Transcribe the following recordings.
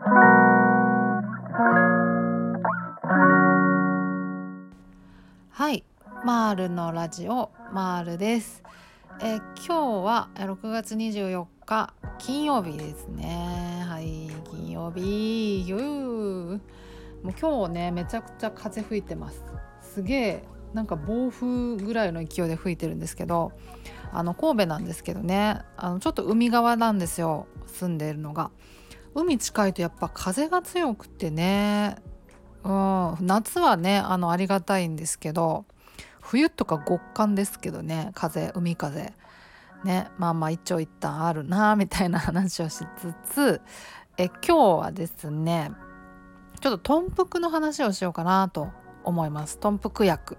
はい、マールのラジオマールです。今日は6月24日金曜日ですね。はい、金曜日もう今日ねめちゃくちゃ風吹いてます。すげえなんか暴風ぐらいの勢いで吹いてるんですけど、神戸なんですけどね、ちょっと海側なんですよ、住んでいるのが。海近いとやっぱ風が強くてね、夏はねありがたいんですけど、冬とか極寒ですけどね、海風ね、まあ一長一短あるなみたいな話をしつつ、今日はですねちょっと豚腹の話をしようかなと思います。豚腹薬、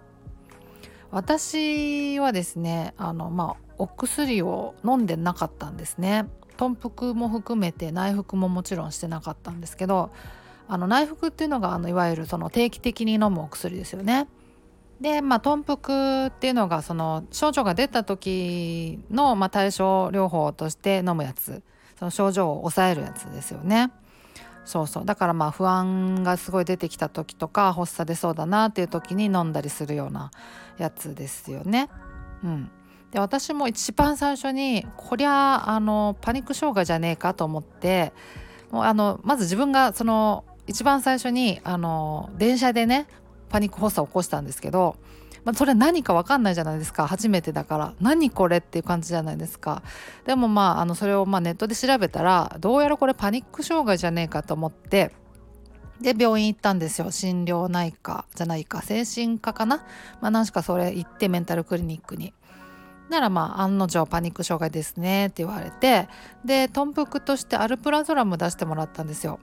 私はですねお薬を飲んでなかったんですね。豚腹も含めて内服ももちろんしてなかったんですけど、内服っていうのがいわゆるその定期的に飲むお薬ですよね。で豚腹っていうのがその症状が出た時の、対症療法として飲むやつ、その症状を抑えるやつですよね。そうだから不安がすごい出てきた時とか発作出そうだなっていう時に飲んだりするようなやつですよね。で私も一番最初にこりゃパニック障害じゃねえかと思って、もうまず自分がその一番最初に電車でねパニック発作を起こしたんですけど、それ何か分かんないじゃないですか、初めてだから。何これっていう感じじゃないですか。でもそれをネットで調べたら、どうやらこれパニック障害じゃねえかと思って、で病院行ったんですよ。心療内科じゃないか、精神科かな、何しかそれ行って、メンタルクリニックに。なら案の定パニック障害ですねって言われて、で豚腹としてアルプラゾラム出してもらったんですよ。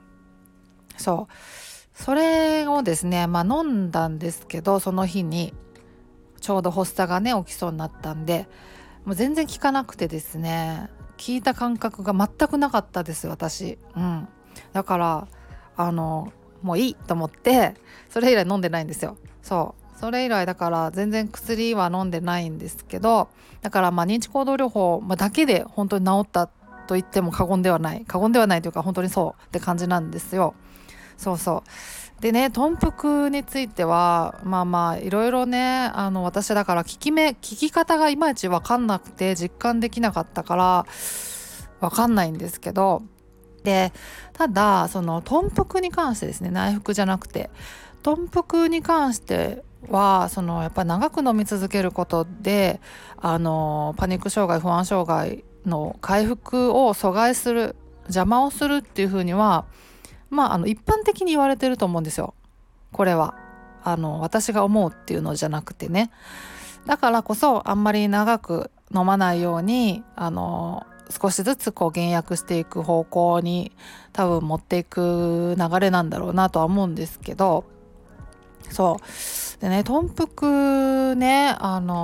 それをですね飲んだんですけど、その日にちょうど発作がね起きそうになったんで、もう全然効かなくてですね、効いた感覚が全くなかったです私。だからもういいと思って、それ以来飲んでないんですよ。それ以来だから全然薬は飲んでないんですけど、だから認知行動療法、だけで本当に治ったと言っても過言ではないというか、本当にそうって感じなんですよ。でね、豚腹についてはいろいろね、私だから聞き方がいまいち分かんなくて実感できなかったから分かんないんですけど、でただその豚腹に関してですね、内服じゃなくて豚腹に関しては、そのやっぱり長く飲み続けることでパニック障害、不安障害の回復を阻害する、邪魔をするっていうふうには一般的に言われてると思うんですよ。これは私が思うっていうのじゃなくてね。だからこそあんまり長く飲まないように少しずつ減薬していく方向に多分持っていく流れなんだろうなとは思うんですけど、でね、豚腹ね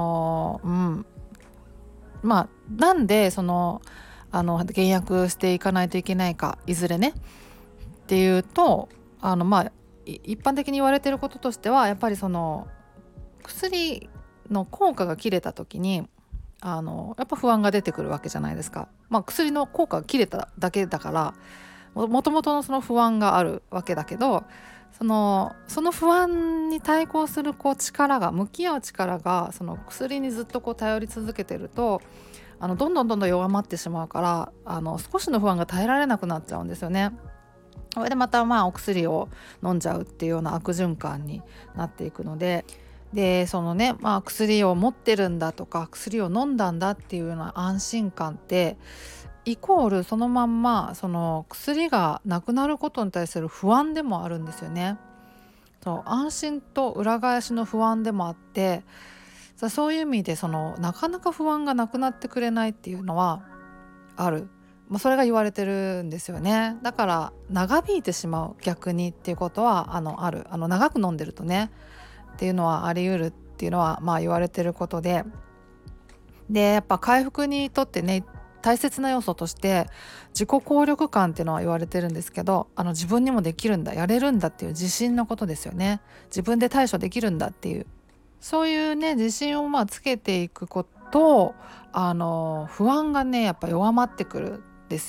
なんで減薬していかないといけないか、いずれねっていうと、一般的に言われていることとしては、やっぱりその薬の効果が切れた時にやっぱ不安が出てくるわけじゃないですか。薬の効果が切れただけだから、もともとのその不安があるわけだけど、その不安に対抗する向き合う力がその薬にずっと頼り続けてるとどんどん弱まってしまうから、少しの不安が耐えられなくなっちゃうんですよね。それでまたお薬を飲んじゃうっていうような悪循環になっていくので、そのね、薬を持ってるんだとか薬を飲んだんだっていうような安心感ってイコールそのまんまその薬がなくなることに対する不安でもあるんですよね。安心と裏返しの不安でもあって、そういう意味でなかなか不安がなくなってくれないっていうのはある。それが言われてるんですよね。だから長引いてしまう、逆にっていうことはある。長く飲んでるとねっていうのはあり得るっていうのは言われてることで、やっぱ回復にとってね大切な要素として自己効力感っていうのは言われてるんですけど、自分にもできるんだ、やれるんだっていう自信のことですよね。自分で対処できるんだっていう、そういうね自信をつけていくこと、不安がねやっぱ弱まってくるんですよ。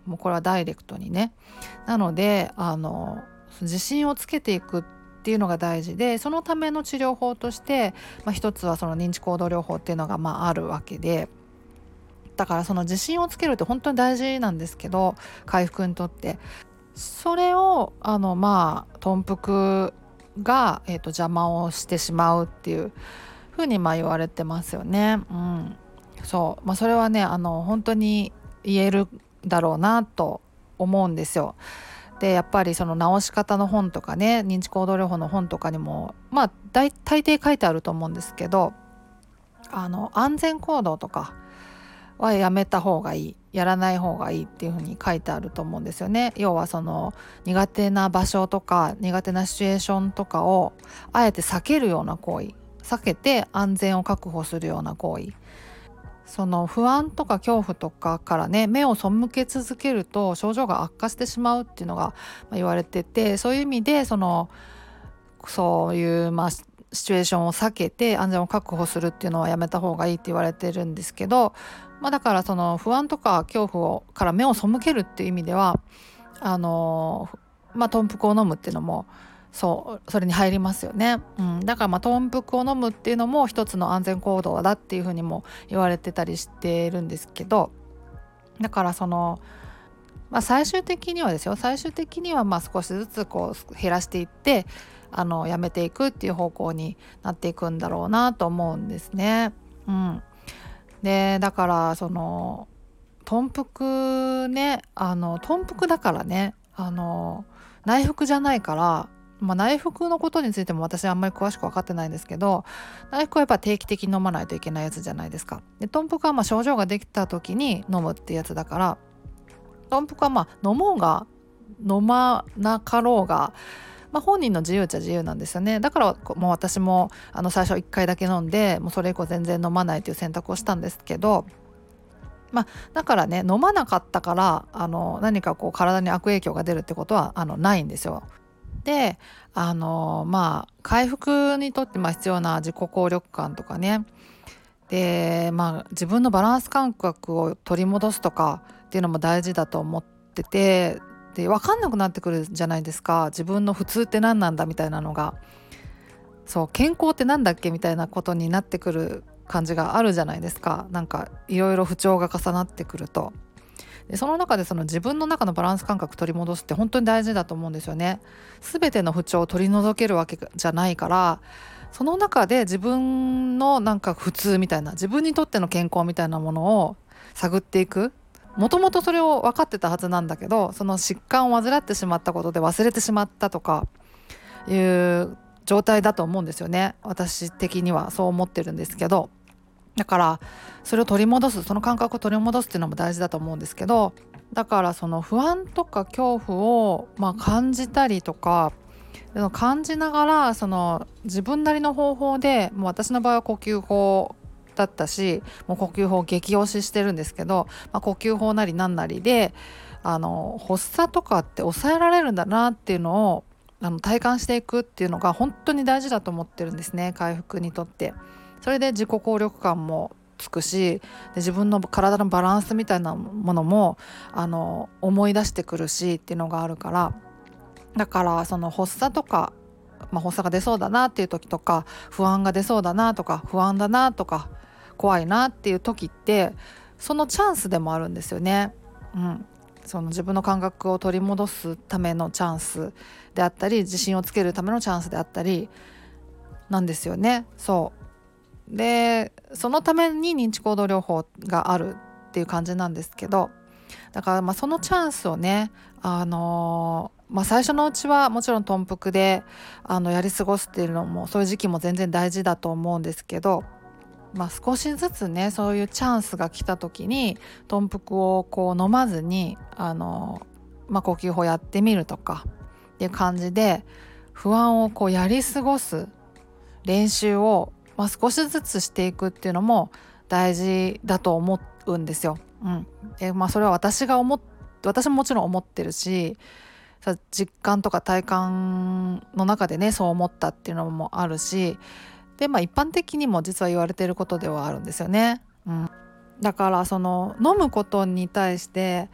もうこれはダイレクトにね。なので自信をつけていくっていうのが大事で、そのための治療法として、一つはその認知行動療法っていうのがあるわけで、だからその自信をつけるって本当に大事なんですけど、回復にとってそれを頓服が、邪魔をしてしまうっていうふうに言われてますよね。そう、それはね本当に言えるだろうなと思うんですよ。でやっぱりその治し方の本とかね、認知行動療法の本とかにも大抵書いてあると思うんですけど、安全行動とかはやめた方がいい、やらない方がいいっていうふうに書いてあると思うんですよね。要はその苦手な場所とか苦手なシチュエーションとかをあえて避けるような行為、避けて安全を確保するような行為、その不安とか恐怖とかからね目を背け続けると症状が悪化してしまうっていうのが言われてて、そういう意味でそういうシチュエーションを避けて安全を確保するっていうのはやめた方がいいって言われてるんですけど、だからその不安とか恐怖から目を背けるっていう意味では頓服を飲むっていうのもそれに入りますよね。だから頓服を飲むっていうのも一つの安全行動だっていうふうにも言われてたりしてるんですけど、だから最終的には少しずつ減らしていってやめていくっていう方向になっていくんだろうなと思うんですね。でだから頓服ね、頓服だからね内服じゃないから、内服のことについても私あんまり詳しく分かってないんですけど、内服はやっぱ定期的に飲まないといけないやつじゃないですか。で頓服は症状ができた時に飲むってやつだから、頓服は飲もうが飲まなかろうが、本人の自由っちゃ自由なんですよね。だからもう私も最初1回だけ飲んでもうそれ以降全然飲まないという選択をしたんですけど、だからね飲まなかったから何か体に悪影響が出るってことはないんですよ。で回復にとって必要な自己効力感とかね、で自分のバランス感覚を取り戻すとかっていうのも大事だと思ってて、で分かんなくなってくるじゃないですか、自分の普通って何なんだみたいなのが。そう健康ってなんだっけみたいなことになってくる感じがあるじゃないですか。なんかいろいろ不調が重なってくると、でその中で自分の中のバランス感覚取り戻すって本当に大事だと思うんですよね。全ての不調を取り除けるわけじゃないから、その中で自分の普通みたいな、自分にとっての健康みたいなものを探っていく。もともとそれを分かってたはずなんだけど、その疾患を患ってしまったことで忘れてしまったとかいう状態だと思うんですよね。私的にはそう思ってるんですけど、だからそれを取り戻す、その感覚を取り戻すっていうのも大事だと思うんですけど、だから不安とか恐怖を感じたりとか感じながら自分なりの方法で、もう私の場合は呼吸法だったし、もう呼吸法激推ししてるんですけど、呼吸法なりなんなりで発作とかって抑えられるんだなっていうのを体感していくっていうのが本当に大事だと思ってるんですね、回復にとって。それで自己効力感もつくし、で自分の体のバランスみたいなものも思い出してくるしっていうのがあるから、だから発作とか、発作が出そうだなっていう時とか、不安が出そうだなとか、不安だなとか怖いなっていう時ってそのチャンスでもあるんですよね。自分の感覚を取り戻すためのチャンスであったり、自信をつけるためのチャンスであったりなんですよね。でそのために認知行動療法があるっていう感じなんですけど、だからそのチャンスをね最初のうちはもちろん頓服でやり過ごすっていうのも、そういう時期も全然大事だと思うんですけど、少しずつねそういうチャンスが来た時に頓服を飲まずに呼吸法やってみるとかっていう感じで不安をやり過ごす練習を、少しずつしていくっていうのも大事だと思うんですよ。でそれは私ももちろん思ってるし、実感とか体感の中でねそう思ったっていうのもあるし、で一般的にも実は言われていることではあるんですよね。だから飲むことに対して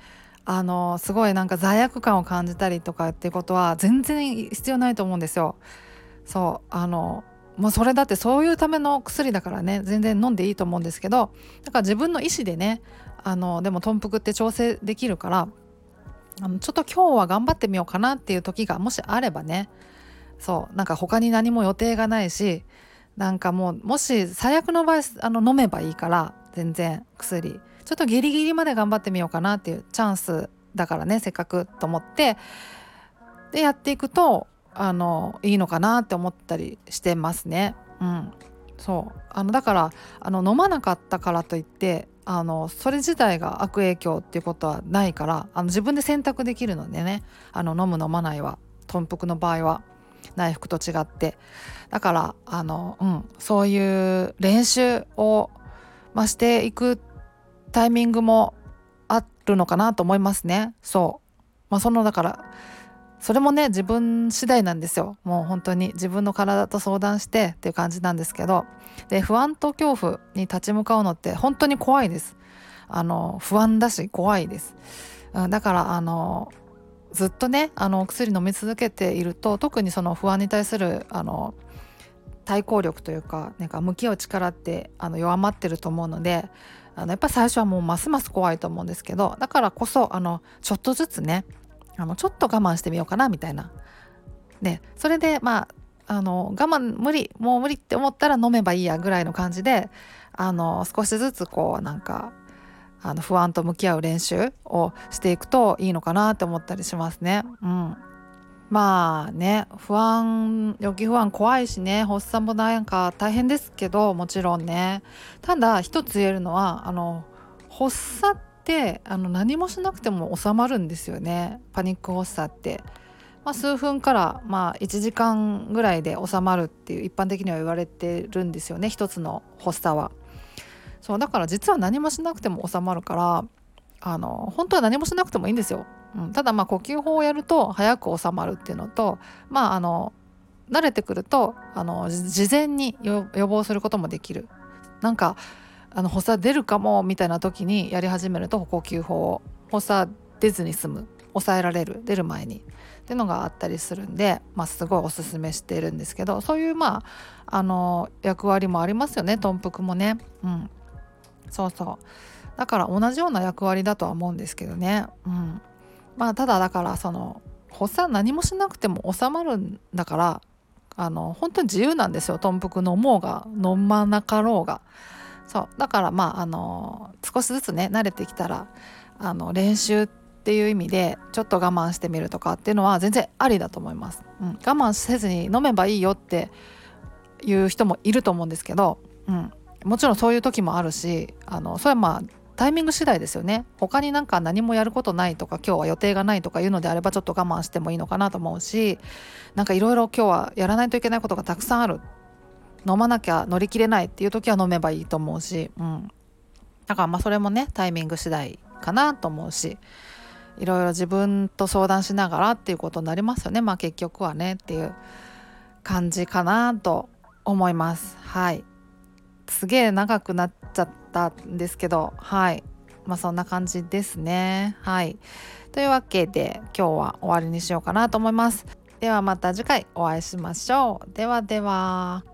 すごいなんか罪悪感を感じたりとかっていうことは全然必要ないと思うんですよ。そうもうそれだってそういうための薬だからね、全然飲んでいいと思うんですけど、だから自分の意思でね、でも豚腹って調整できるから、ちょっと今日は頑張ってみようかなっていう時がもしあればね、そうなんか他に何も予定がないし、なんかもうもし最悪の場合飲めばいいから、全然薬ちょっとギリギリまで頑張ってみようかなっていうチャンスだからね、せっかくと思ってでやっていくといいのかなって思ったりしてますね。そうだから飲まなかったからといってそれ自体が悪影響っていうことはないから、自分で選択できるのでね、飲む飲まないは豚腹の場合は内服と違って、だからそういう練習を、していくタイミングもあるのかなと思いますね。そう、だからそれもね自分次第なんですよ。もう本当に自分の体と相談してっていう感じなんですけど、で不安と恐怖に立ち向かうのって本当に怖いです。不安だし怖いです。だからずっとねお薬飲み続けていると、特にその不安に対する対抗力というか、なんか向き合う力って弱まってると思うので、やっぱ最初はもうますます怖いと思うんですけど、だからこそちょっとずつねちょっと我慢してみようかなみたいな、ね、それで我慢もう無理って思ったら飲めばいいやぐらいの感じで少しずつこうなんか不安と向き合う練習をしていくといいのかなって思ったりしますね。まあね、予期不安怖いしね、発作もなんか大変ですけど、もちろんね。ただ一つ言えるのは発作って何もしなくても収まるんですよね、パニック発作って。数分から1時間ぐらいで収まるっていう一般的には言われてるんですよね、一つの発作は。そうだから実は何もしなくても収まるから、本当は何もしなくてもいいんですよ。ただ呼吸法をやると早く収まるっていうのと、慣れてくると事前に予防することもできる。なんか発作出るかもみたいな時にやり始めると、呼吸法を発作出ずに済む、抑えられる、出る前にっていうのがあったりするんで、すごいおすすめしているんですけど、そういう役割もありますよね、豚腹もね。そうそう、だから同じような役割だとは思うんですけどね。ただだから発作何もしなくても収まるんだから、本当に自由なんですよ、豚腹飲もうが飲まなかろうが。そうだから少しずつね慣れてきたら練習っていう意味でちょっと我慢してみるとかっていうのは全然ありだと思います。我慢せずに飲めばいいよっていう人もいると思うんですけど、もちろんそういう時もあるし、それはタイミング次第ですよね。他になんか何もやることないとか、今日は予定がないとかいうのであればちょっと我慢してもいいのかなと思うし、なんかいろいろ今日はやらないといけないことがたくさんある、飲まなきゃ乗り切れないっていう時は飲めばいいと思うし、だからそれもねタイミング次第かなと思うし、いろいろ自分と相談しながらっていうことになりますよね。結局はねっていう感じかなと思います。はい、すげえ長くなっちゃったんですけど、はい、そんな感じですね。はい、というわけで今日は終わりにしようかなと思います。ではまた次回お会いしましょう。ではでは。